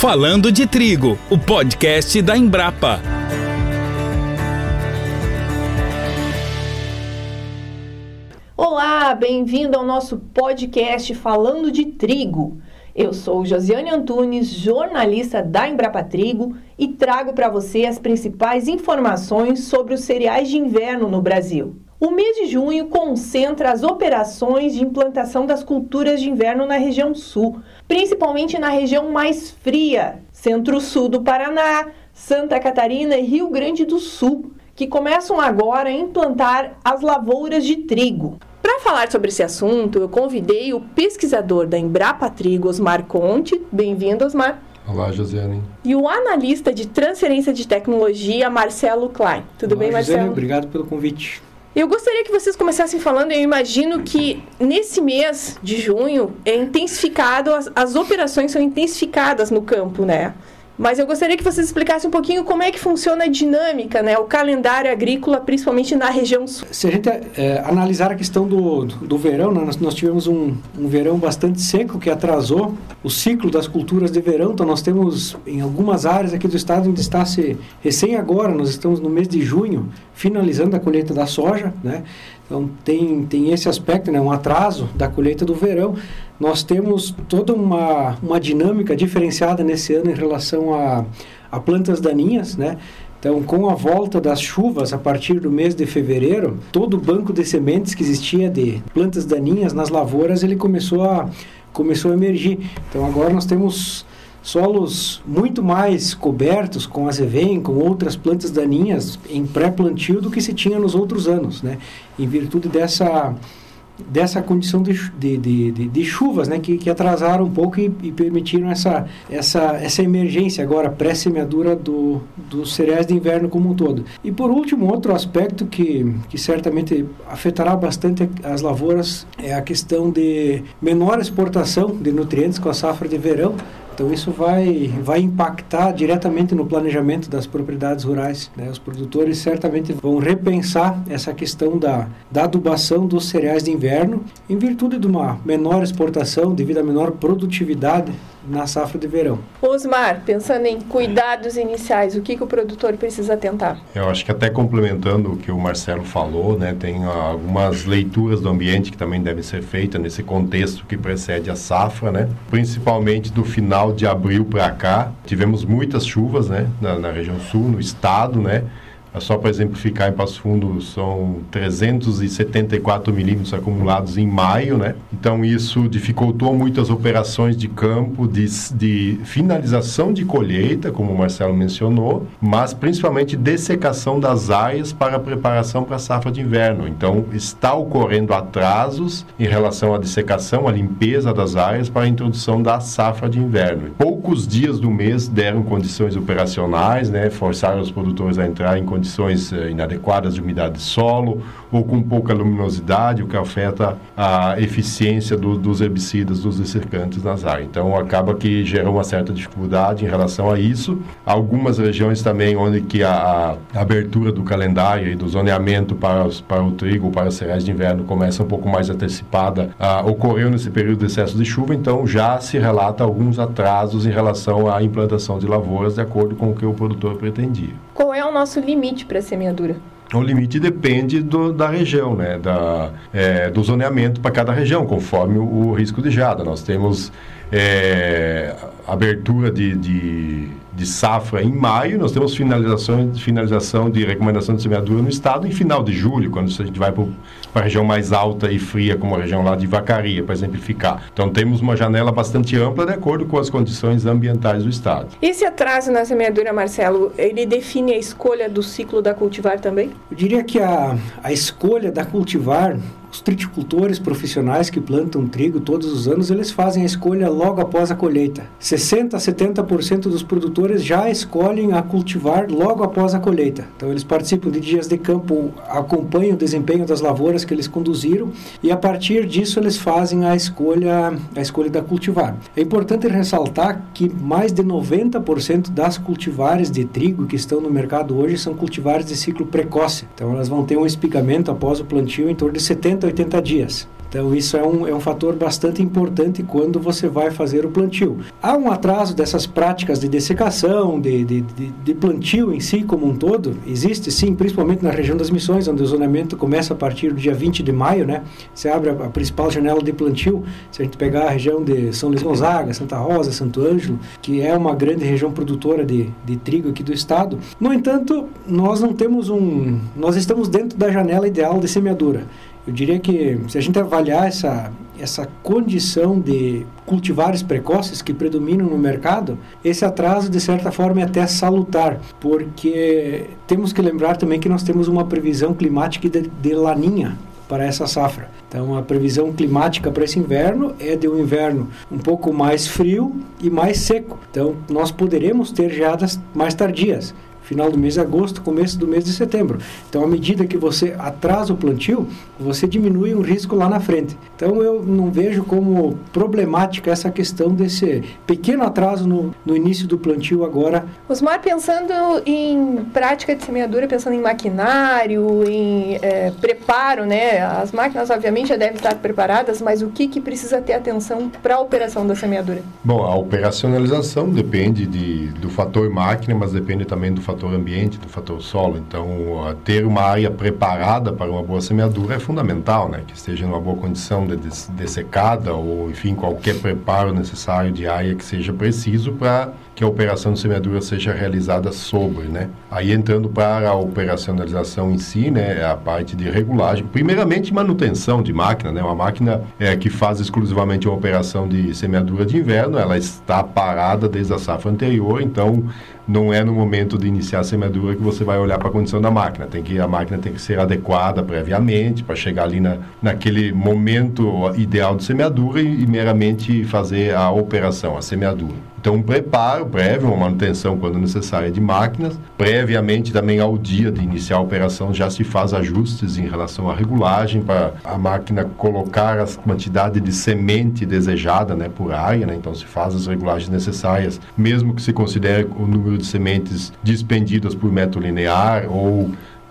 Falando de Trigo, o podcast da Embrapa. Olá, bem-vindo ao nosso podcast Falando de Trigo. Eu sou Josiane Antunes, jornalista da Embrapa Trigo, e trago para você as principais informações sobre os cereais de inverno no Brasil. O mês de junho concentra as operações de implantação das culturas de inverno na região sul, principalmente na região mais fria, centro-sul do Paraná, Santa Catarina e Rio Grande do Sul, que começam agora a implantar as lavouras de trigo. Para falar sobre esse assunto, eu convidei o pesquisador da Embrapa Trigo, Osmar Conte. Bem-vindo, Osmar. Olá, Josiane. E o analista de transferência de tecnologia, Marcelo Klein. Tudo bem, Marcelo? Josiane, obrigado pelo convite. Eu gostaria que vocês começassem falando, eu imagino que nesse mês de junho é intensificado, as operações são intensificadas no campo, né? Mas eu gostaria que vocês explicassem um pouquinho como é que funciona a dinâmica, né? O calendário agrícola, principalmente na região sul. Se a gente analisar a questão do verão, né? nós tivemos um verão bastante seco que atrasou o ciclo das culturas de verão. Então nós temos em algumas áreas aqui do estado onde está recém agora, nós estamos no mês de junho, finalizando a colheita da soja, né? Então tem esse aspecto, né? Um atraso da colheita do verão. Nós temos toda uma dinâmica diferenciada nesse ano em relação a plantas daninhas, né? Então, com a volta das chuvas a partir do mês de fevereiro, todo o banco de sementes que existia de plantas daninhas nas lavouras, ele começou a emergir. Então, agora nós temos solos muito mais cobertos com azevém, com outras plantas daninhas em pré-plantio do que se tinha nos outros anos, né? Em virtude dessa condição de chuvas, né, que atrasaram um pouco e permitiram essa emergência agora, pré-semeadura dos cereais de inverno como um todo. E por último, outro aspecto que certamente afetará bastante as lavouras é a questão de menor exportação de nutrientes com a safra de verão. Então isso vai impactar diretamente no planejamento das propriedades rurais, né? Os produtores certamente vão repensar essa questão da adubação dos cereais de inverno em virtude de uma menor exportação devido à menor produtividade na safra de verão. Osmar, pensando em cuidados iniciais, o que o produtor precisa atentar? Eu acho que até complementando o que o Marcelo falou, né, tem algumas leituras do ambiente que também devem ser feitas nesse contexto que precede a safra, né? Principalmente do final de abril para cá, tivemos muitas chuvas, né, na região sul, no estado, né? Só para exemplificar, em Passo Fundo são 374 milímetros acumulados em maio, né? Então isso dificultou muito as operações de campo, de finalização de colheita, como o Marcelo mencionou, mas principalmente dessecação das áreas para a preparação para a safra de inverno. Então está ocorrendo atrasos em relação à dessecação, à limpeza das áreas para a introdução da safra de inverno. Poucos dias do mês deram condições operacionais, né? Forçaram os produtores a entrar em condições inadequadas de umidade de solo ou com pouca luminosidade, o que afeta a eficiência dos herbicidas, dos dessecantes nas áreas. Então, acaba que gera uma certa dificuldade em relação a isso. Algumas regiões também onde que a abertura do calendário e do zoneamento para o trigo, para os cereais de inverno começa um pouco mais antecipada, ocorreu nesse período de excesso de chuva, então já se relata alguns atrasos em relação à implantação de lavouras de acordo com o que o produtor pretendia. Qual é o nosso limite para a semeadura? O limite depende da região, né? Do zoneamento para cada região, conforme o risco de geada. Nós temos abertura de safra em maio, nós temos finalização de recomendação de semeadura no estado em final de julho, quando a gente vai para a região mais alta e fria, como a região lá de Vacaria, para exemplificar. Então temos uma janela bastante ampla de acordo com as condições ambientais do estado. Esse atraso na semeadura, Marcelo, ele define a escolha do ciclo da cultivar também? Eu diria que a escolha da cultivar, os triticultores profissionais que plantam trigo todos os anos, eles fazem a escolha logo após a colheita. 60% a 70% dos produtores já escolhem a cultivar logo após a colheita. Então eles participam de dias de campo, acompanham o desempenho das lavouras que eles conduziram e a partir disso eles fazem a escolha da cultivar. É importante ressaltar que mais de 90% das cultivares de trigo que estão no mercado hoje são cultivares de ciclo precoce. Então elas vão ter um espicamento após o plantio em torno de 70 a 80 dias. Então isso é um fator bastante importante quando você vai fazer o plantio. Há um atraso dessas práticas de dessecação, de plantio em si como um todo, existe sim, principalmente na região das Missões, onde o zonamento começa a partir do dia 20 de maio, né? Você abre a principal janela de plantio, se a gente pegar a região de São Luís Gonzaga, Santa Rosa, Santo Ângelo, que é uma grande região produtora de trigo aqui do estado. No entanto, nós estamos dentro da janela ideal de semeadura. Eu diria que se a gente avaliar essa condição de cultivares precoces que predominam no mercado, esse atraso de certa forma é até salutar, porque temos que lembrar também que nós temos uma previsão climática de laninha para essa safra. Então a previsão climática para esse inverno é de um inverno um pouco mais frio e mais seco. Então nós poderemos ter geadas mais tardias, final do mês de agosto, começo do mês de setembro. Então, à medida que você atrasa o plantio, você diminui um risco lá na frente. Então, eu não vejo como problemática essa questão desse pequeno atraso no início do plantio agora. Osmar, pensando em prática de semeadura, pensando em maquinário, em preparo, né? As máquinas, obviamente, já devem estar preparadas, mas o que precisa ter atenção para a operação da semeadura? Bom, a operacionalização depende do fator máquina, mas depende também do fator ambiente, do fator solo. Então, ter uma área preparada para uma boa semeadura é fundamental, né? Que esteja numa boa condição de dessecada ou, enfim, qualquer preparo necessário de área que seja preciso para que a operação de semeadura seja realizada sobre, né? Aí entrando para a operacionalização em si, né? A parte de regulagem. Primeiramente, manutenção de máquina, né? Uma máquina que faz exclusivamente uma operação de semeadura de inverno, ela está parada desde a safra anterior, então não é no momento de iniciar a semeadura que você vai olhar para a condição da máquina. A máquina tem que ser adequada previamente para chegar ali naquele momento ideal de semeadura e meramente fazer a operação, a semeadura. Então, um preparo prévio, uma manutenção quando necessária de máquinas. Previamente, também ao dia de iniciar a operação, já se faz ajustes em relação à regulagem para a máquina colocar a quantidade de semente desejada, né, por área, né? Então, se faz as regulagens necessárias, mesmo que se considere o número de sementes dispendidas por metro linear ou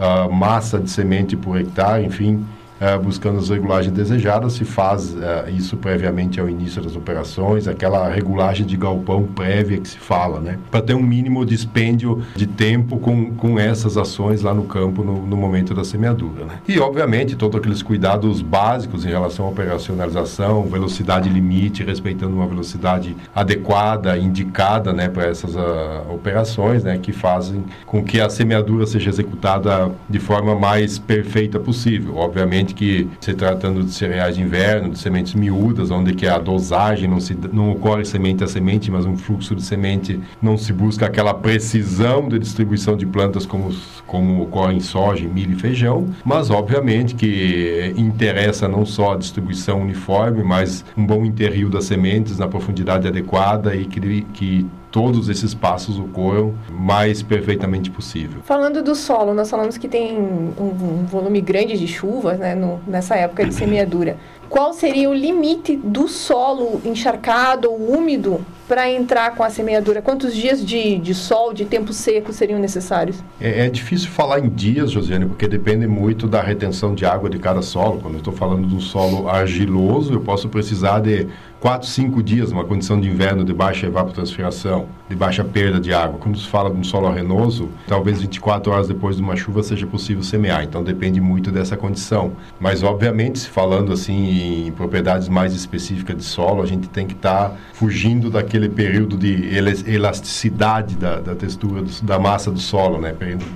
massa de semente por hectare, enfim, buscando as regulagens desejadas, se faz isso previamente ao início das operações, aquela regulagem de galpão prévia que se fala, né? Para ter um mínimo dispêndio de tempo com essas ações lá no campo no momento da semeadura, né? E, obviamente, todos aqueles cuidados básicos em relação à operacionalização, velocidade limite, respeitando uma velocidade adequada, indicada, né, para essas operações, né, que fazem com que a semeadura seja executada de forma mais perfeita possível. Obviamente que, se tratando de cereais de inverno, de sementes miúdas, onde que a dosagem não ocorre semente a semente, mas um fluxo de semente, não se busca aquela precisão de distribuição de plantas como ocorre em soja, milho e feijão, mas obviamente que interessa não só a distribuição uniforme, mas um bom interrio das sementes na profundidade adequada e que todos esses passos ocorram mais perfeitamente possível. Falando do solo, nós falamos que tem um volume grande de chuvas, né, nessa época de semeadura. Qual seria o limite do solo encharcado ou úmido para entrar com a semeadura? Quantos dias de sol, de tempo seco seriam necessários? É difícil falar em dias, Josiane, porque depende muito da retenção de água de cada solo. Quando eu estou falando de um solo argiloso, eu posso precisar de 4, 5 dias, uma condição de inverno de baixa evapotranspiração, de baixa perda de água. Quando se fala de um solo arenoso, talvez 24 horas depois de uma chuva seja possível semear. Então depende muito dessa condição. Mas, obviamente, se falando assim em propriedades mais específicas de solo, a gente tem que estar fugindo daquele período de elasticidade da textura da massa do solo, né?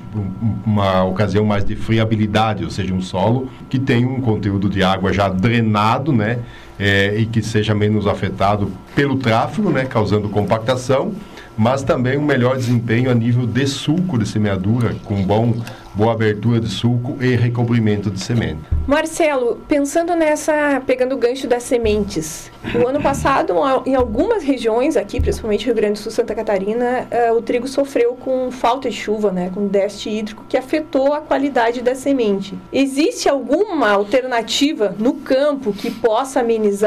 Uma ocasião mais de friabilidade, ou seja, um solo que tem um conteúdo de água já drenado, né? E que seja menos afetado pelo tráfego, né, causando compactação, mas também um melhor desempenho a nível de sulco de semeadura, com boa abertura de sulco e recobrimento de semente. Marcelo, pensando pegando o gancho das sementes, o ano passado, em algumas regiões aqui, principalmente Rio Grande do Sul, Santa Catarina, o trigo sofreu com falta de chuva, né, com déficit hídrico, que afetou a qualidade da semente. Existe alguma alternativa no campo que possa amenizar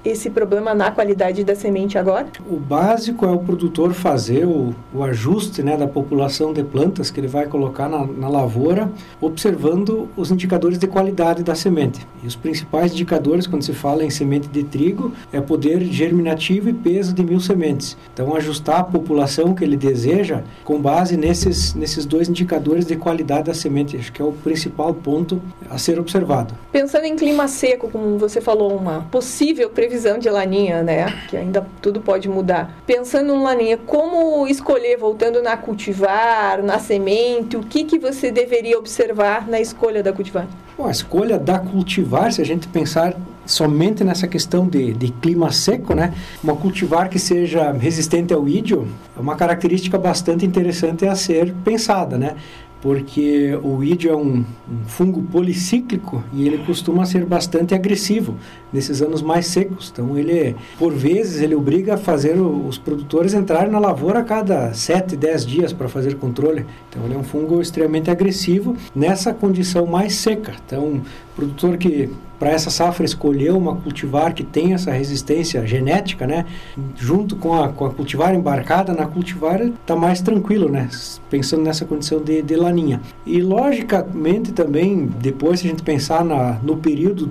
esse problema na qualidade da semente agora? O básico é o produtor fazer o ajuste, né, da população de plantas que ele vai colocar na lavoura, observando os indicadores de qualidade da semente. E os principais indicadores, quando se fala em semente de trigo, é poder germinativo e peso de 1000 sementes. Então, ajustar a população que ele deseja com base nesses dois indicadores de qualidade da semente. Acho que é o principal ponto a ser observado. Pensando em clima seco, como você falou, uma possível previsão de laninha, né? Que ainda tudo pode mudar. Pensando em laninha, como escolher, voltando na cultivar, na semente, o que você deveria observar na escolha da cultivar? Bom, a escolha da cultivar, se a gente pensar somente nessa questão de clima seco, né? Uma cultivar que seja resistente ao ídio é uma característica bastante interessante a ser pensada, né? Porque o ídio é um fungo policíclico e ele costuma ser bastante agressivo nesses anos mais secos. Então, por vezes, ele obriga a fazer os produtores entrarem na lavoura a cada 7, 10 dias para fazer controle. Então, ele é um fungo extremamente agressivo nessa condição mais seca. Então, o produtor que, para essa safra, escolheu uma cultivar que tem essa resistência genética, né? Junto com a cultivar embarcada na cultivar, está mais tranquilo, né? Pensando nessa condição de laninha. E, logicamente, também, depois, se a gente pensar no período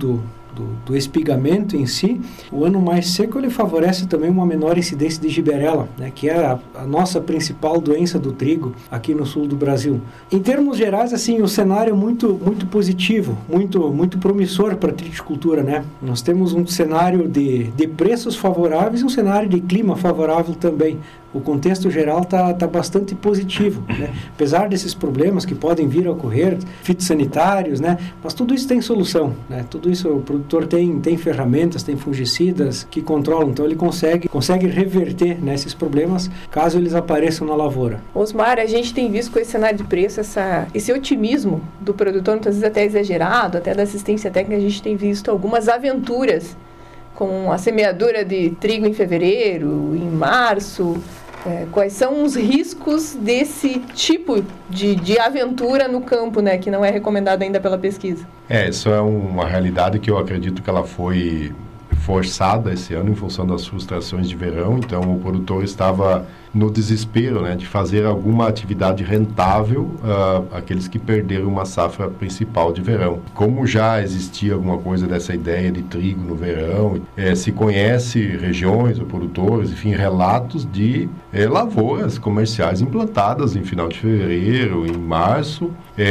do espigamento em si, o ano mais seco ele favorece também uma menor incidência de giberela, né, que é a nossa principal doença do trigo aqui no sul do Brasil. Em termos gerais, assim, o cenário é muito positivo, muito promissor para a triticultura, né? Nós temos um cenário de preços favoráveis e um cenário de clima favorável também. O contexto geral está bastante positivo, né? Apesar desses problemas que podem vir a ocorrer, fitossanitários, né? Mas tudo isso tem solução, né? Tudo isso o produtor tem ferramentas, tem fungicidas que controlam, então ele consegue reverter, né, esses problemas caso eles apareçam na lavoura. Osmar, a gente tem visto com esse cenário de preço, esse otimismo do produtor, muitas vezes até exagerado, até da assistência técnica, a gente tem visto algumas aventuras com a semeadura de trigo em fevereiro, em março. Quais são os riscos desse tipo de aventura no campo, né, que não é recomendado ainda pela pesquisa? Isso é uma realidade que eu acredito que ela foi forçada esse ano em função das frustrações de verão. Então, o produtor estava no desespero, né, de fazer alguma atividade rentável, aqueles que perderam uma safra principal de verão. Como já existia alguma coisa dessa ideia de trigo no verão, se conhece regiões ou produtores, enfim, relatos de lavouras comerciais implantadas em final de fevereiro, em março.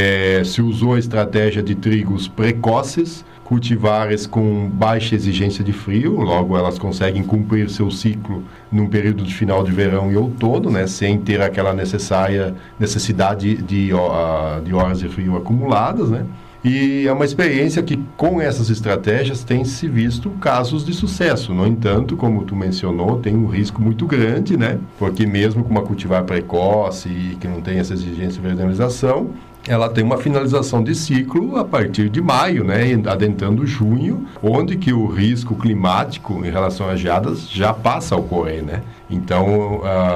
Se usou a estratégia de trigos precoces, cultivares com baixa exigência de frio, logo elas conseguem cumprir seu ciclo num período de final de verão e outono, né, sem ter aquela necessidade de horas de frio acumuladas, né? E é uma experiência que, com essas estratégias, tem se visto casos de sucesso. No entanto, como tu mencionou, tem um risco muito grande, né? Porque mesmo com uma cultivar precoce e que não tem essa exigência de veranização, ela tem uma finalização de ciclo a partir de maio, né, adentrando junho, onde que o risco climático em relação às geadas já passa a ocorrer, né? Então,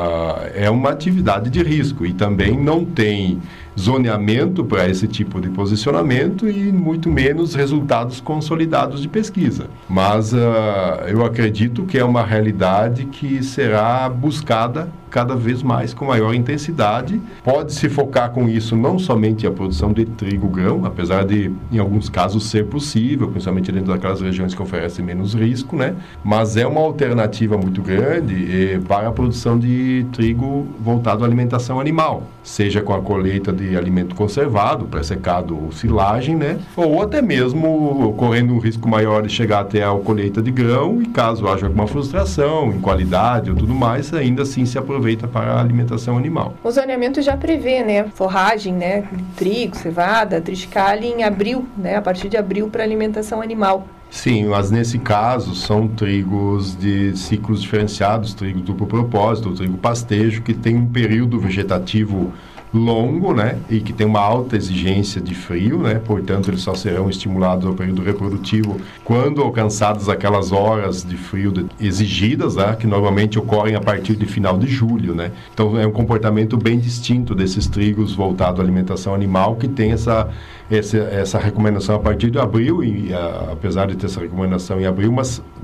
é uma atividade de risco e também não tem zoneamento para esse tipo de posicionamento e muito menos resultados consolidados de pesquisa. Mas eu acredito que é uma realidade que será buscada cada vez mais com maior intensidade. Pode-se focar com isso não somente a produção de trigo-grão, apesar de, em alguns casos, ser possível, principalmente dentro daquelas regiões que oferecem menos risco, né? Mas é uma alternativa muito grande para a produção de trigo voltado à alimentação animal, seja com a colheita de alimento conservado, pré-secado ou silagem, né? Ou até mesmo correndo um risco maior de chegar até a colheita de grão e caso haja alguma frustração em qualidade ou tudo mais, ainda assim se aproveita para a alimentação animal. O zoneamento já prevê, né, forragem, né, trigo, cevada, triticale em abril, né, a partir de abril para alimentação animal. Sim, mas nesse caso são trigos de ciclos diferenciados, trigo duplo propósito, trigo pastejo, que tem um período vegetativo longo, né, e que tem uma alta exigência de frio, né, portanto eles só serão estimulados ao período reprodutivo quando alcançadas aquelas horas de frio exigidas, né, que normalmente ocorrem a partir de final de julho, né. Então é um comportamento bem distinto desses trigos voltados à alimentação animal, que tem essa recomendação a partir de abril, e apesar de ter essa recomendação em abril, mas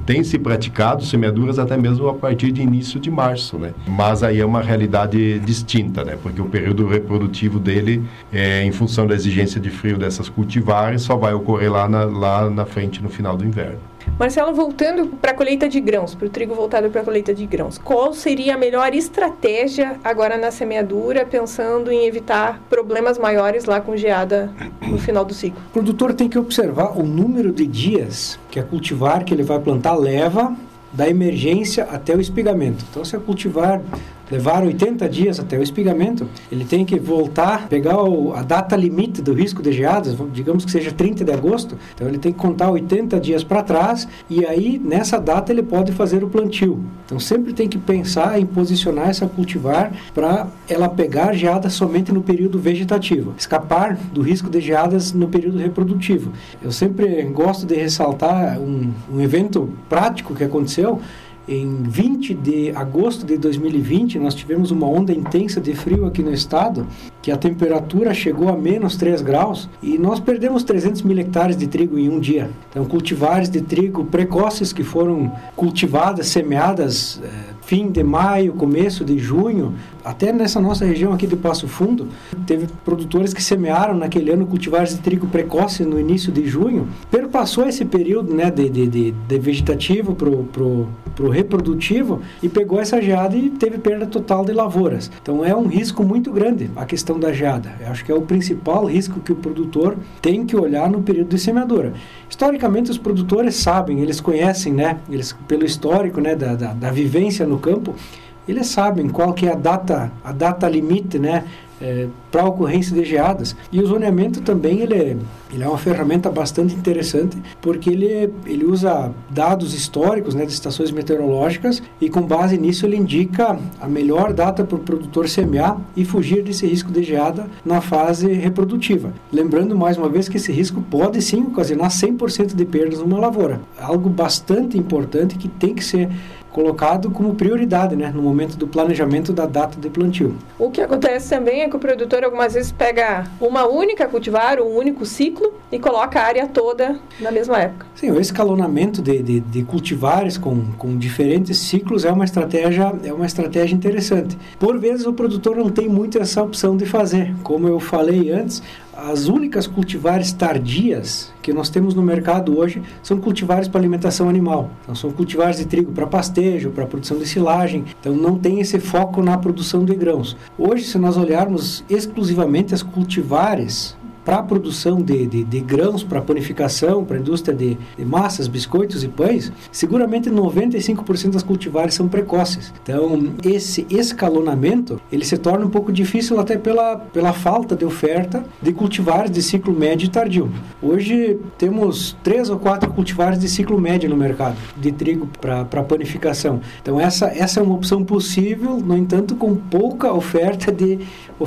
tem se praticado semeaduras até mesmo a partir de início de março, né? Mas aí é uma realidade distinta, né? Porque o período reprodutivo dele, em função da exigência de frio dessas cultivares, só vai ocorrer lá na frente no final do inverno. Marcelo, voltando para a colheita de grãos, para o trigo voltado para a colheita de grãos, qual seria a melhor estratégia agora na semeadura, pensando em evitar problemas maiores lá com geada no final do ciclo? O produtor tem que observar o número de dias que a cultivar que ele vai plantar leva da emergência até o espigamento. Então, se a cultivar levar 80 dias até o espigamento, ele tem que voltar, pegar a data limite do risco de geadas, digamos que seja 30 de agosto, então ele tem que contar 80 dias para trás e aí nessa data ele pode fazer o plantio. Então sempre tem que pensar em posicionar essa cultivar para ela pegar geadas somente no período vegetativo, escapar do risco de geadas no período reprodutivo. Eu sempre gosto de ressaltar um evento prático que aconteceu. Em 20 de agosto de 2020, nós tivemos uma onda intensa de frio aqui no estado, que a temperatura chegou a menos 3 graus e nós perdemos 300 mil hectares de trigo em um dia. Então, cultivares de trigo precoces que foram cultivadas, semeadas fim de maio, começo de junho, até nessa nossa região aqui de Passo Fundo, teve produtores que semearam naquele ano cultivares de trigo precoce no início de junho, perpassou esse período, né, de vegetativo pro reprodutivo e pegou essa geada e teve perda total de lavouras. Então é um risco muito grande a questão da geada. Eu acho que é o principal risco que o produtor tem que olhar no período de semeadura. Historicamente os produtores sabem, eles conhecem, né, eles, pelo histórico, né, da vivência no campo, eles sabem qual que é a data limite, né, para a ocorrência de geadas. E o zoneamento também ele é uma ferramenta bastante interessante, porque ele usa dados históricos, né, de estações meteorológicas, e com base nisso ele indica a melhor data para o produtor semear e fugir desse risco de geada na fase reprodutiva. Lembrando mais uma vez que esse risco pode sim ocasionar 100% de perdas numa lavoura. Algo bastante importante que tem que ser colocado como prioridade, né, no momento do planejamento da data de plantio. O que acontece também é que o produtor algumas vezes pega uma única cultivar, um único ciclo e coloca a área toda na mesma época. Sim, o escalonamento de cultivares com diferentes ciclos é uma estratégia interessante. Por vezes o produtor não tem muito essa opção de fazer. Como eu falei antes, as únicas cultivares tardias que nós temos no mercado hoje são cultivares para alimentação animal. Então, são cultivares de trigo para pastejo, para produção de silagem. Então, não tem esse foco na produção de grãos. Hoje, se nós olharmos exclusivamente as cultivares para a produção de grãos, para panificação, para a indústria de massas, biscoitos e pães, seguramente 95% das cultivares são precoces. Então, esse escalonamento, ele se torna um pouco difícil até pela falta de oferta de cultivares de ciclo médio e tardio. Hoje, temos 3 ou 4 cultivares de ciclo médio no mercado, de trigo para panificação. Então, essa é uma opção possível, no entanto, com pouca oferta de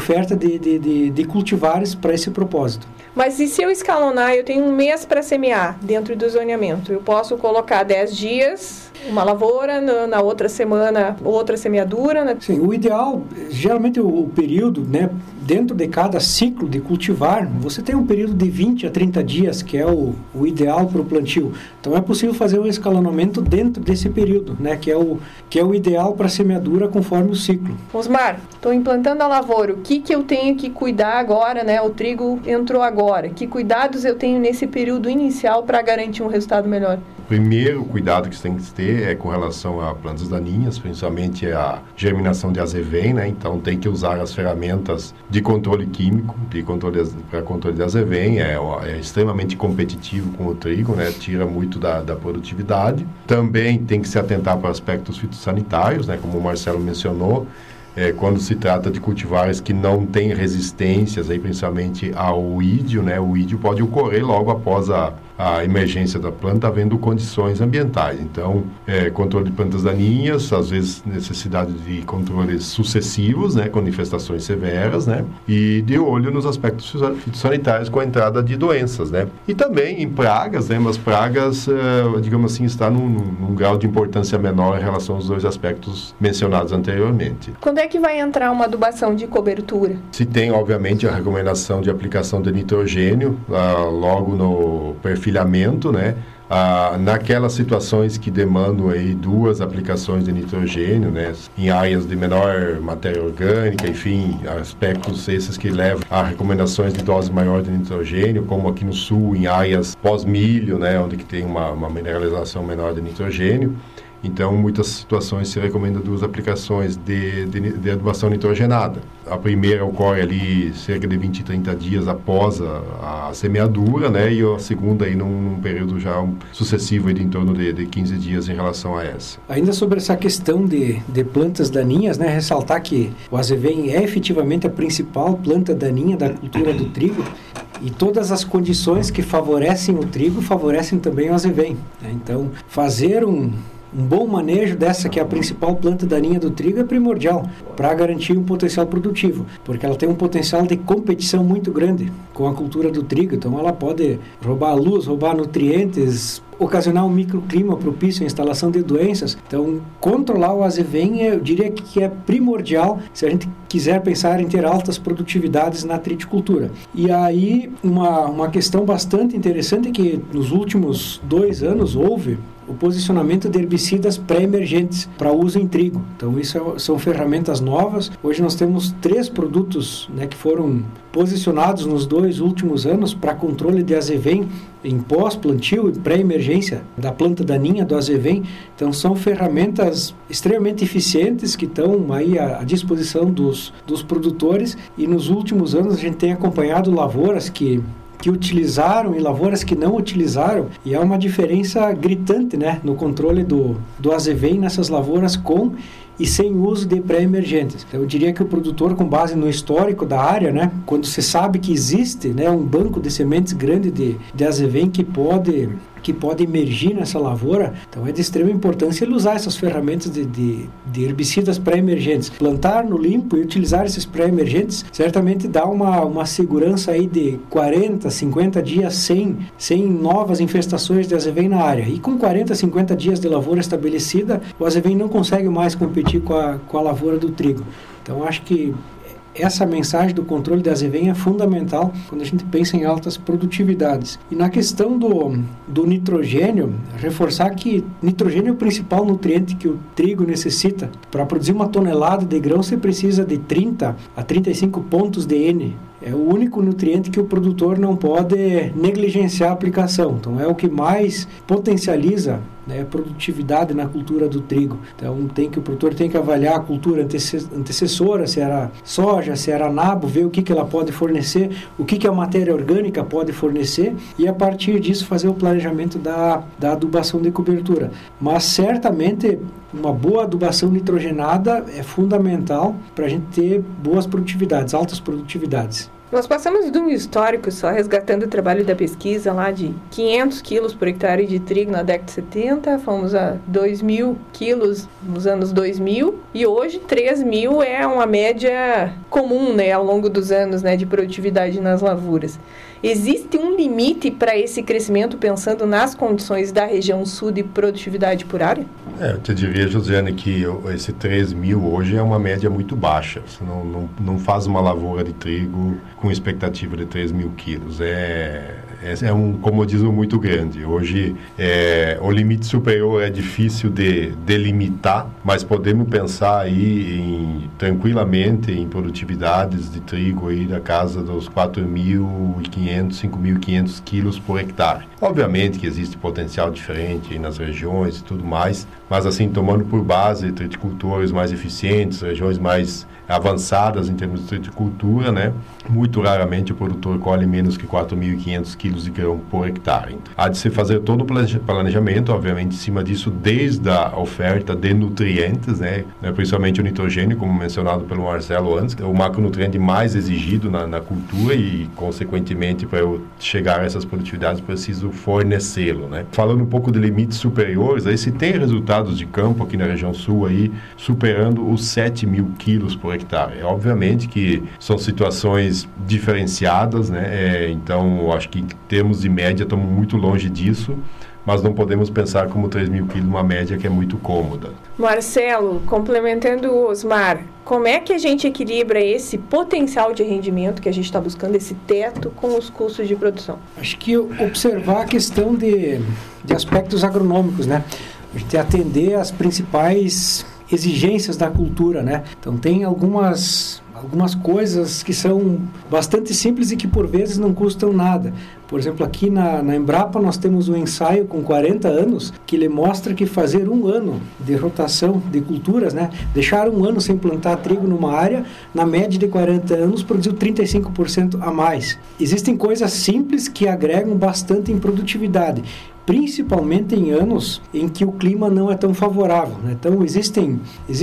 cultivares para esse propósito. Mas e se eu escalonar, eu tenho um mês para semear dentro do zoneamento? Eu posso colocar 10 dias, uma lavoura, na outra semana, outra semeadura? Né? Sim, o ideal, geralmente o período, né, dentro de cada ciclo de cultivar, você tem um período de 20 a 30 dias, que é o ideal para o plantio. Então é possível fazer um escalonamento dentro desse período, né, que é o ideal para a semeadura conforme o ciclo. Osmar, estou implantando a lavoura, o que eu tenho que cuidar agora, né? O trigo entrou agora. Que cuidados eu tenho nesse período inicial para garantir um resultado melhor? O primeiro cuidado que você tem que ter é com relação a plantas daninhas, principalmente a germinação de azevém, né? Então tem que usar as ferramentas de controle químico, para controle de azevém, é extremamente competitivo com o trigo, né? Tira muito da produtividade. Também tem que se atentar para aspectos fitossanitários, né? Como o Marcelo mencionou, quando se trata de cultivares que não têm resistências, aí, principalmente ao ídio, né? O ídio pode ocorrer logo após a emergência da planta, havendo condições ambientais. Então, controle de plantas daninhas, às vezes necessidade de controles sucessivos, né? Com manifestações severas, né? E de olho nos aspectos fitossanitários com a entrada de doenças, né? E também em pragas, né? Mas pragas, digamos assim, está num grau de importância menor em relação aos dois aspectos mencionados anteriormente. Quando é que vai entrar uma adubação de cobertura? Se tem, obviamente, a recomendação de aplicação de nitrogênio logo no perfilhamento, né? naquelas situações que demandam aí 2 aplicações de nitrogênio, né, em áreas de menor matéria orgânica, enfim, aspectos esses que levam a recomendações de dose maior de nitrogênio, como aqui no sul, em áreas pós-milho, né, onde que tem uma mineralização menor de nitrogênio. Então, em muitas situações se recomenda 2 aplicações de adubação nitrogenada. A primeira ocorre ali cerca de 20 e 30 dias após a semeadura, né? E a segunda aí num período já sucessivo aí de em torno de 15 dias em relação a essa. Ainda sobre essa questão de plantas daninhas, né? Ressaltar que o azevém é efetivamente a principal planta daninha da cultura do trigo. E todas as condições que favorecem o trigo favorecem também o azevém, né? Então, fazer um bom manejo dessa, que é a principal planta daninha do trigo, é primordial para garantir um potencial produtivo, porque ela tem um potencial de competição muito grande com a cultura do trigo. Então ela pode roubar a luz, roubar nutrientes, ocasionar um microclima propício à instalação de doenças. Então, controlar o azevém, eu diria que é primordial se a gente quiser pensar em ter altas produtividades na triticultura. E aí, uma questão bastante interessante é que nos últimos 2 anos houve o posicionamento de herbicidas pré-emergentes para uso em trigo. Então, isso são ferramentas novas. Hoje nós temos 3 produtos, né, que foram posicionados nos 2 últimos anos para controle de azevém em pós-plantio e pré-emergência da planta daninha do azevém. Então, são ferramentas extremamente eficientes que estão aí à disposição dos produtores, e nos últimos anos a gente tem acompanhado lavouras que utilizaram e lavouras que não utilizaram, e há uma diferença gritante, né, no controle do azevém nessas lavouras com e sem uso de pré-emergentes. Então, eu diria que o produtor, com base no histórico da área, né, quando se sabe que existe, né, um banco de sementes grande de azevém que pode emergir nessa lavoura, então é de extrema importância ele usar essas ferramentas de herbicidas pré-emergentes. Plantar no limpo e utilizar esses pré-emergentes certamente dá uma segurança aí de 40, 50 dias sem novas infestações de azevém na área. E com 40, 50 dias de lavoura estabelecida, o azevém não consegue mais competir com a lavoura do trigo. Então, acho que essa mensagem do controle de azevém é fundamental quando a gente pensa em altas produtividades. E na questão do nitrogênio, reforçar que nitrogênio é o principal nutriente que o trigo necessita. Para produzir 1 tonelada de grão, você precisa de 30 a 35 pontos de N. É o único nutriente que o produtor não pode negligenciar a aplicação. Então, é o que mais potencializa, né, a produtividade na cultura do trigo. Então, o produtor tem que avaliar a cultura antecessora, se era soja, se era nabo, ver o que ela pode fornecer, o que a matéria orgânica pode fornecer, e a partir disso fazer o planejamento da adubação de cobertura. Mas, certamente, uma boa adubação nitrogenada é fundamental para a gente ter boas produtividades, altas produtividades. Nós passamos de um histórico, só resgatando o trabalho da pesquisa, lá de 500 quilos por hectare de trigo na década de 70, fomos a 2.000 quilos nos anos 2000, e hoje 3.000 é uma média comum, né, ao longo dos anos, né, de produtividade nas lavouras. Existe um limite para esse crescimento, pensando nas condições da região sul de produtividade por área? Eu te diria, Josiane, que esse 3.000 hoje é uma média muito baixa. Você não faz uma lavoura de trigo com expectativa de 3.000 quilos. É um comodismo muito grande. Hoje, o limite superior é difícil de delimitar, mas podemos pensar aí tranquilamente em produtividades de trigo aí da casa dos 4.500, 5.500 quilos por hectare. Obviamente que existe potencial diferente aí nas regiões e tudo mais, mas assim, tomando por base triticultores mais eficientes, regiões mais avançadas em termos de triticultura, né? Muito raramente o produtor colhe menos que 4.500 quilos de grão por hectare. Há de se fazer todo o planejamento, obviamente, em cima disso, desde a oferta de nutrientes, né? Principalmente o nitrogênio, como mencionado pelo Marcelo antes, o macronutriente mais exigido na cultura e, consequentemente, para eu chegar a essas produtividades, preciso fornecê-lo, né? Falando um pouco de limites superiores, aí se tem resultados de campo aqui na região sul aí, superando os 7.000 quilos por hectare. Obviamente que são situações diferenciadas, né? Então, acho que em termos de média estamos muito longe disso, mas não podemos pensar como 3.000 quilos uma média que é muito cômoda. Marcelo, complementando o Osmar, como é que a gente equilibra esse potencial de rendimento que a gente está buscando, esse teto, com os custos de produção? Acho que observar a questão de aspectos agronômicos, né? A gente atender às principais exigências da cultura, né? Então tem algumas coisas que são bastante simples e que por vezes não custam nada. Por exemplo, aqui na Embrapa nós temos um ensaio com 40 anos que ele mostra que fazer 1 ano de rotação de culturas, né? Deixar 1 ano sem plantar trigo numa área, na média de 40 anos produziu 35% a mais. Existem coisas simples que agregam bastante em produtividade, principalmente em anos em que o clima não é tão favorável, né? Então existem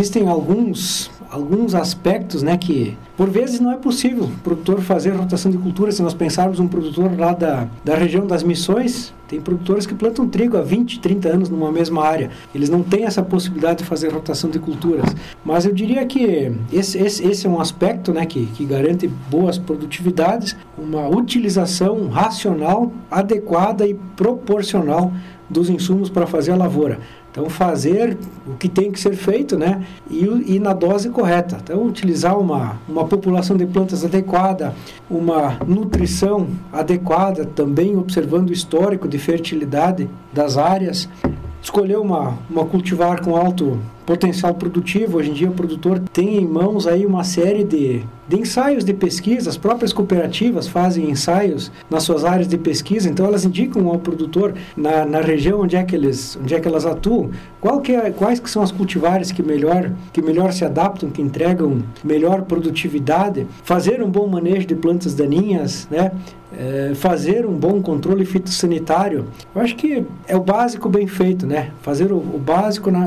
alguns aspectos, né, que por vezes não é possível o produtor fazer rotação de cultura. Se nós pensarmos um produtor lá da região das Missões, tem produtores que plantam trigo há 20, 30 anos numa mesma área. Eles não têm essa possibilidade de fazer rotação de culturas. Mas eu diria que esse é um aspecto, né, que garante boas produtividades, uma utilização racional, adequada e proporcional dos insumos para fazer a lavoura. Então, fazer o que tem que ser feito, né? E na dose correta. Então, utilizar uma população de plantas adequada, uma nutrição adequada, também observando o histórico de fertilidade das áreas. Escolher uma cultivar com alto potencial produtivo. Hoje em dia o produtor tem em mãos aí uma série de ensaios de pesquisa. As próprias cooperativas fazem ensaios nas suas áreas de pesquisa, então elas indicam ao produtor na região onde é que elas atuam, quais que são as cultivares que melhor se adaptam, que entregam melhor produtividade, fazer um bom manejo de plantas daninhas, né? Fazer um bom controle fitossanitário. Eu acho que é o básico bem feito, né? Fazer o básico na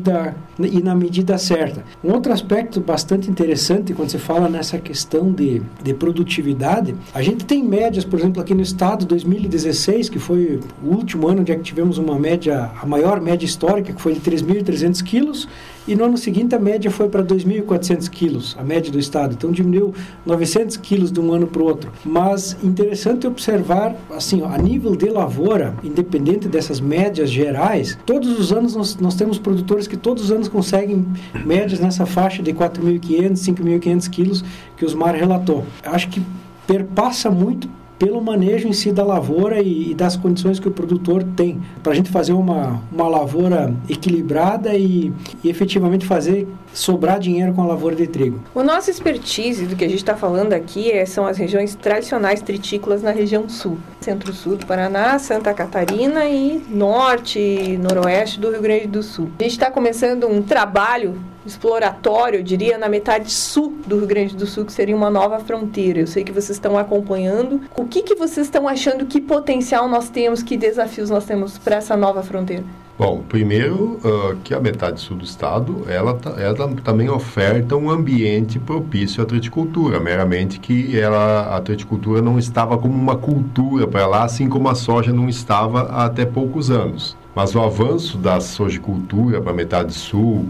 medida certa. Um outro aspecto bastante interessante quando se fala nessa questão de produtividade, a gente tem médias, por exemplo, aqui no estado, 2016, que foi o último ano onde tivemos uma média, a maior média histórica, que foi de 3.300 quilos, e no ano seguinte a média foi para 2.400 quilos, a média do estado. Então diminuiu 900 quilos de um ano para o outro. Mas interessante observar, assim, a nível de lavoura, independente dessas médias gerais, todos os anos nós temos produtores que todos os anos conseguem médias nessa faixa de 4.500, 5.500 quilos que o Osmar relatou. Acho que perpassa muito pelo manejo em si da lavoura e das condições que o produtor tem, para a gente fazer uma lavoura equilibrada e efetivamente fazer sobrar dinheiro com a lavoura de trigo. O nosso expertise do que a gente está falando aqui são as regiões tradicionais tritícolas na região sul, centro-sul do Paraná, Santa Catarina e norte e noroeste do Rio Grande do Sul. A gente está começando um trabalho exploratório, eu diria, na metade sul do Rio Grande do Sul, que seria uma nova fronteira. Eu sei que vocês estão acompanhando. O que vocês estão achando, que potencial nós temos, que desafios nós temos para essa nova fronteira? Bom, primeiro que a metade sul do estado, ela também oferta um ambiente propício à triticultura, meramente que a triticultura não estava como uma cultura para lá, assim como a soja não estava há até poucos anos. Mas o avanço da sojicultura para a metade sul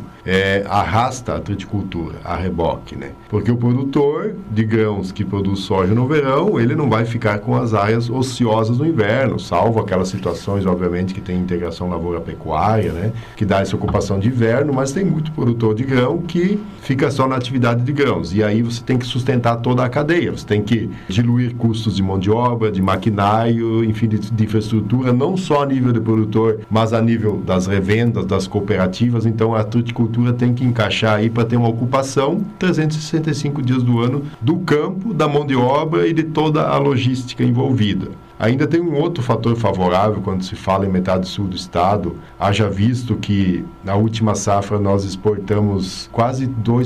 arrasta a triticultura a reboque, né? Porque o produtor de grãos que produz soja no verão, ele não vai ficar com as áreas ociosas no inverno, salvo aquelas situações, obviamente, que tem integração lavoura-pecuária, né? Que dá essa ocupação de inverno, mas tem muito produtor de grão que fica só na atividade de grãos. E aí você tem que sustentar toda a cadeia, você tem que diluir custos de mão de obra, de maquinário, enfim, de infraestrutura, não só a nível do produtor, mas a nível das revendas, das cooperativas. Então a triticultura tem que encaixar aí para ter uma ocupação 365 dias do ano do campo, da mão de obra e de toda a logística envolvida. Ainda tem um outro fator favorável quando se fala em metade sul do estado, haja visto que na última safra nós exportamos quase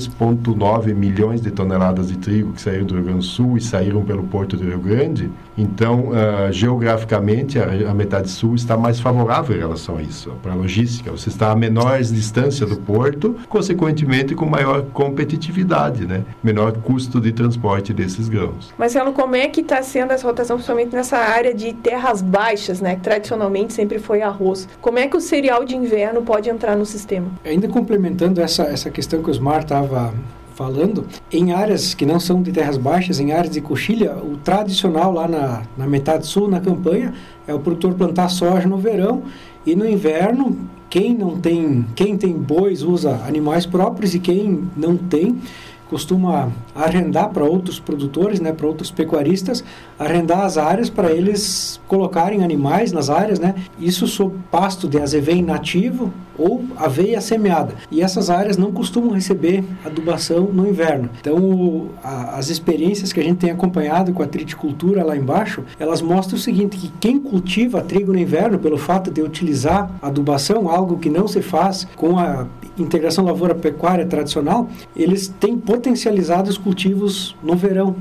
2,9 milhões de toneladas de trigo que saíram do Rio Grande do Sul e saíram pelo Porto do Rio Grande. Então, geograficamente, a metade sul está mais favorável em relação a isso, para a logística. Você está a menores distância do porto, consequentemente com maior competitividade, né? Menor custo de transporte desses grãos. Marcelo, como é que está sendo essa rotação, principalmente nessa área de terras baixas, né? Que tradicionalmente sempre foi arroz. Como é que o cereal de inverno pode entrar no sistema? Ainda complementando essa questão que o Osmar estava falando, em áreas que não são de terras baixas, em áreas de coxilha, o tradicional lá na metade sul, na campanha, é o produtor plantar soja no verão e no inverno, quem tem bois usa animais próprios e quem não tem, costuma arrendar para outros produtores, né, para outros pecuaristas, arrendar as áreas para eles colocarem animais nas áreas, né, isso sob pasto de azevém nativo ou aveia semeada. E essas áreas não costumam receber adubação no inverno. Então, as experiências que a gente tem acompanhado com a triticultura lá embaixo, elas mostram o seguinte, que quem cultiva trigo no inverno, pelo fato de utilizar adubação, algo que não se faz com a integração lavoura-pecuária tradicional, eles têm potencializado os cultivos no verão,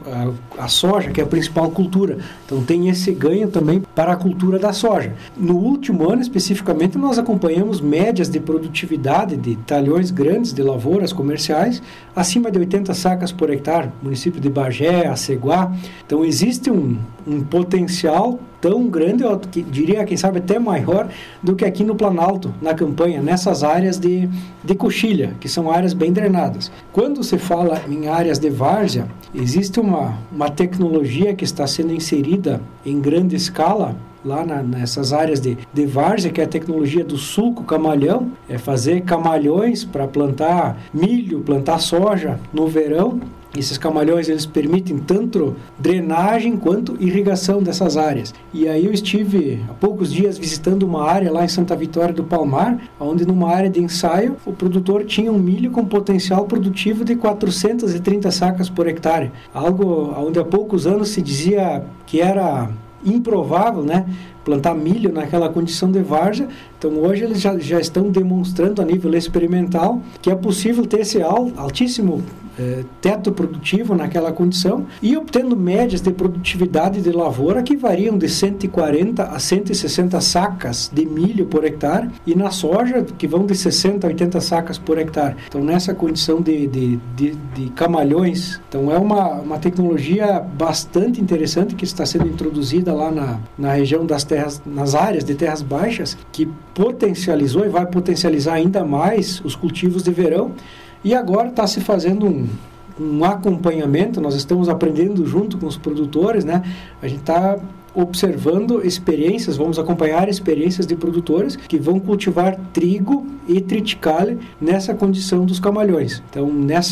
a soja, que é a principal cultura. Então, tem esse ganho também para a cultura da soja. No último ano, especificamente, nós acompanhamos médias de produtividade de talhões grandes de lavouras comerciais, acima de 80 sacas por hectare, município de Bagé, Aceguá. Então, existe um potencial tão grande, eu diria, quem sabe, até maior do que aqui no Planalto, na campanha, nessas áreas de coxilha, que são áreas bem drenadas. Quando se fala em áreas de várzea, existe uma tecnologia que está sendo inserida em grande escala lá nessas áreas de várzea, que é a tecnologia do sulco camalhão, é fazer camalhões para plantar milho, plantar soja no verão. Esses camalhões, eles permitem tanto drenagem quanto irrigação dessas áreas. E aí eu estive há poucos dias visitando uma área lá em Santa Vitória do Palmar, onde numa área de ensaio, o produtor tinha um milho com potencial produtivo de 430 sacas por hectare. Algo onde há poucos anos se dizia que era improvável, né, plantar milho naquela condição de várzea. Então hoje eles já estão demonstrando a nível experimental que é possível ter esse altíssimo teto produtivo naquela condição e obtendo médias de produtividade de lavoura que variam de 140 a 160 sacas de milho por hectare e na soja que vão de 60 a 80 sacas por hectare. Então nessa condição de camalhões, então é uma tecnologia bastante interessante que está sendo introduzida lá na região das terras, nas áreas de terras baixas, que potencializou e vai potencializar ainda mais os cultivos de verão. E agora está se fazendo um acompanhamento, nós estamos aprendendo junto com os produtores, né? A gente está observando experiências, vamos acompanhar experiências de produtores que vão cultivar trigo e triticale nessa condição dos camalhões. Então,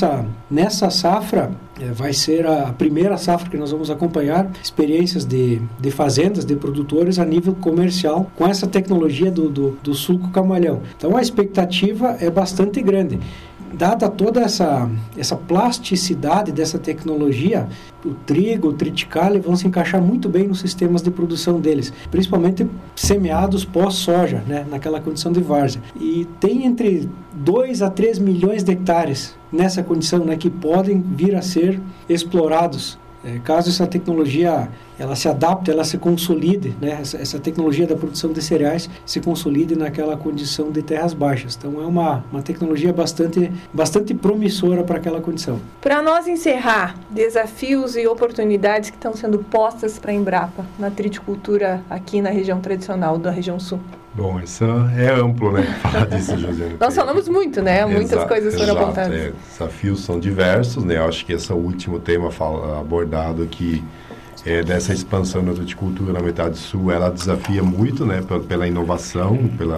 nessa safra, vai ser a primeira safra que nós vamos acompanhar experiências de fazendas, de produtores a nível comercial com essa tecnologia do sulco camalhão. Então, a expectativa é bastante grande. Dada toda essa plasticidade dessa tecnologia, o trigo, o triticale vão se encaixar muito bem nos sistemas de produção deles, principalmente semeados pós-soja, né, naquela condição de várzea. E tem entre 2 a 3 milhões de hectares nessa condição, né, que podem vir a ser explorados. Caso essa tecnologia ela se adapte, ela se consolide, né? Essa tecnologia da produção de cereais se consolide naquela condição de terras baixas. Então é uma tecnologia bastante promissora para aquela condição. Para nós encerrar, desafios e oportunidades que estão sendo postas para a Embrapa na triticultura aqui na região tradicional da região sul. Bom, isso é amplo, né? Falar disso, Josiane. Nós falamos muito, né? Muitas coisas foram apontadas. Desafios são diversos, né? Eu acho que esse é o último tema abordado aqui, dessa expansão da triticultura na metade sul. Ela desafia muito, né? Pela inovação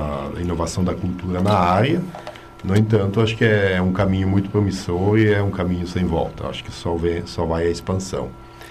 da cultura na área. No entanto, acho que é um caminho muito promissor e é um caminho sem volta. Acho que só vai a expansão.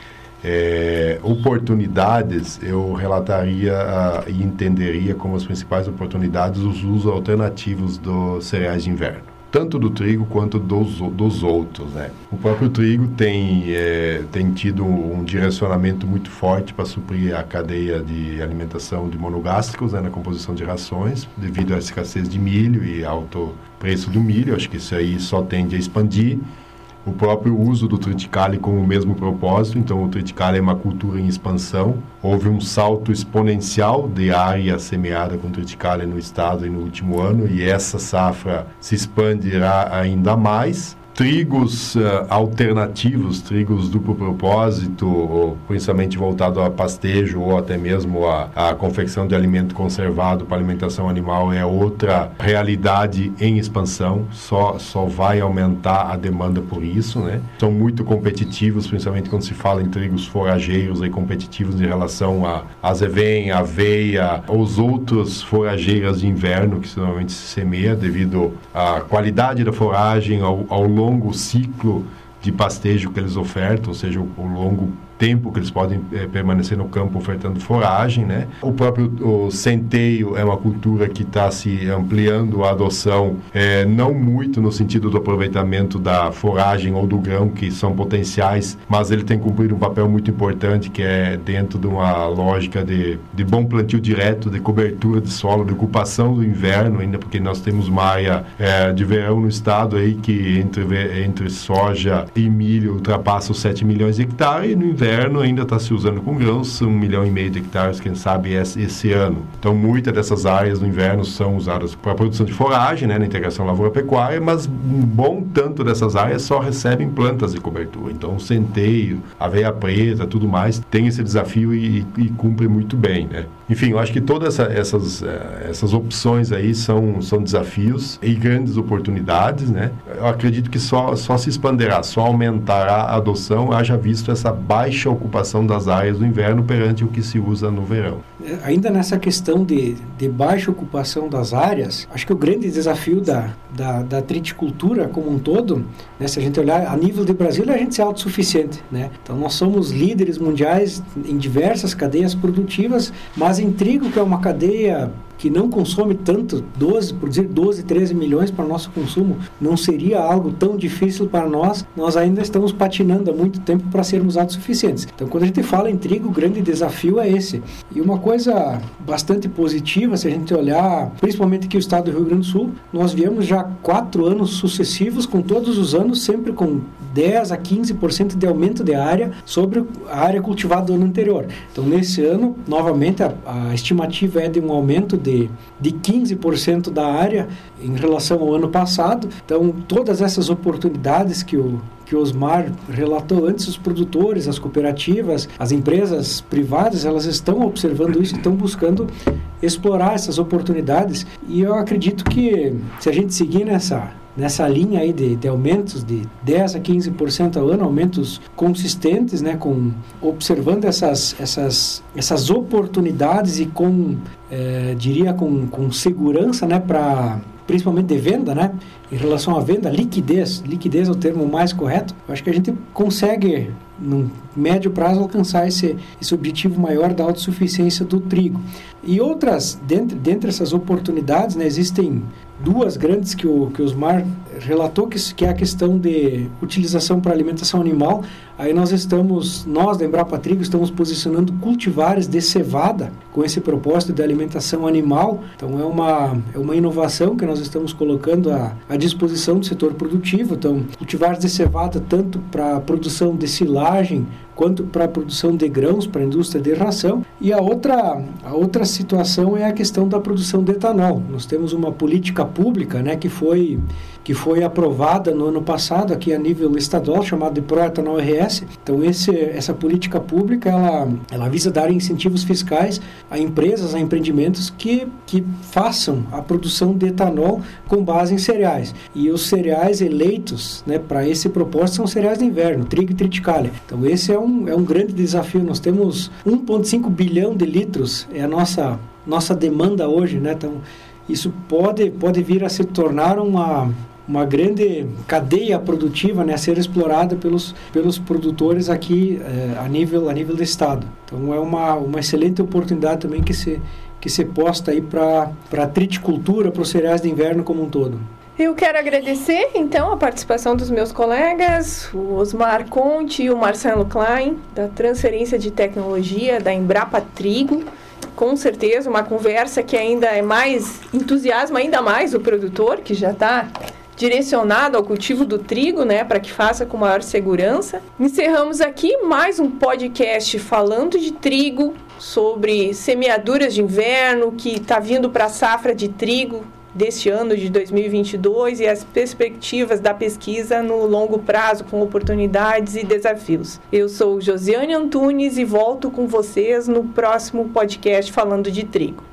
Oportunidades, eu relataria e entenderia como as principais oportunidades os usos alternativos dos cereais de inverno, tanto do trigo quanto dos outros, né? O próprio trigo tem tido um direcionamento muito forte para suprir a cadeia de alimentação de monogástricos, né, na composição de rações, devido à escassez de milho e alto preço do milho. Acho que isso aí só tende a expandir. O próprio uso do triticale com o mesmo propósito, então o triticale é uma cultura em expansão. Houve um salto exponencial de área semeada com triticale no estado no último ano, e essa safra se expandirá ainda mais. trigos alternativos, trigos duplo propósito, principalmente voltado a pastejo ou até mesmo a confecção de alimento conservado para alimentação animal, é outra realidade em expansão, só vai aumentar a demanda por isso, né? São muito competitivos, principalmente quando se fala em trigos forrageiros, aí, competitivos em relação a azevém, aveia, os outros forrageiras de inverno que normalmente se semeia devido à qualidade da forragem, ao longo ciclo de pastejo que eles ofertam, ou seja, o longo tempo que eles podem permanecer no campo ofertando foragem, né? O próprio centeio é uma cultura que está se ampliando a adoção, não muito no sentido do aproveitamento da foragem ou do grão, que são potenciais, mas ele tem cumprido um papel muito importante, que é dentro de uma lógica de bom plantio direto, de cobertura de solo, de ocupação do inverno, ainda porque nós temos uma área de verão no estado aí que entre soja e milho ultrapassa os 7 milhões de hectares, e no inverno ainda está se usando com grãos 1,5 milhão de hectares, quem sabe esse ano. Então, muitas dessas áreas no inverno são usadas para a produção de foragem, né, na integração lavoura-pecuária, mas um bom tanto dessas áreas só recebem plantas de cobertura. Então, centeio, aveia preta, tudo mais, tem esse desafio e cumpre muito bem, né? Enfim, eu acho que todas essas opções aí são desafios e grandes oportunidades, né? Eu acredito que só se expandirá, só aumentará a adoção, haja visto essa baixa ocupação das áreas do inverno perante o que se usa no verão. Ainda nessa questão de baixa ocupação das áreas, acho que o grande desafio da triticultura como um todo, né, se a gente olhar a nível de Brasil, é a gente ser autossuficiente, né? Então, nós somos líderes mundiais em diversas cadeias produtivas, mas em trigo, que é uma cadeia que não consome tanto, produzir 12, 13 milhões para o nosso consumo, não seria algo tão difícil para nós ainda estamos patinando há muito tempo para sermos autossuficientes. Então, quando a gente fala em trigo, o grande desafio é esse. E uma coisa bastante positiva, se a gente olhar, principalmente aqui o estado do Rio Grande do Sul, nós viemos já 4 anos sucessivos, com todos os anos, sempre com 10 a 15% de aumento de área sobre a área cultivada do ano anterior. Então, nesse ano, novamente, a estimativa é de um aumento de 15% da área em relação ao ano passado. Então, todas essas oportunidades que o Osmar relatou antes, os produtores, as cooperativas, as empresas privadas, elas estão observando isso, estão buscando explorar essas oportunidades, e eu acredito que se a gente seguir nessa linha aí de aumentos de 10 a 15% ao ano, aumentos consistentes, né, observando essas oportunidades e diria com segurança, né, principalmente de venda, né, em relação à venda, liquidez é o termo mais correto. Eu acho que a gente consegue, no médio prazo, alcançar esse objetivo maior da autossuficiência do trigo. E outras, dentre essas oportunidades, né, existem duas grandes que o Osmar relatou, que é a questão de utilização para alimentação animal. Aí nós da Embrapa Trigo, estamos posicionando cultivares de cevada com esse propósito de alimentação animal. Então é uma inovação que nós estamos colocando à disposição do setor produtivo. Então, cultivares de cevada tanto para a produção de silagem quanto para a produção de grãos para a indústria de ração. E a outra situação é a questão da produção de etanol. Nós temos uma política pública, né, que foi aprovada no ano passado aqui a nível estadual, chamada de Proetanol RS. Então, essa política pública, ela visa dar incentivos fiscais a empresas, a empreendimentos que façam a produção de etanol com base em cereais. E os cereais eleitos, né, para esse propósito são cereais de inverno, trigo e triticale. Então, esse é um grande desafio. Nós temos 1,5 bilhão de litros, é a nossa demanda hoje, né? Então, isso pode vir a se tornar uma grande cadeia produtiva, né, a ser explorada pelos produtores aqui a nível do estado. Então, é uma excelente oportunidade também que se posta aí para a triticultura, para os cereais de inverno como um todo. Eu quero agradecer, então, a participação dos meus colegas, o Osmar Conte e o Marcelo Klein, da Transferência de Tecnologia da Embrapa Trigo. Com certeza, uma conversa que ainda entusiasma ainda mais o produtor, que já está direcionado ao cultivo do trigo, né, para que faça com maior segurança. Encerramos aqui mais um podcast falando de trigo, sobre semeaduras de inverno, que está vindo para a safra de trigo deste ano de 2022 e as perspectivas da pesquisa no longo prazo, com oportunidades e desafios. Eu sou Josiane Antunes e volto com vocês no próximo podcast Falando de Trigo.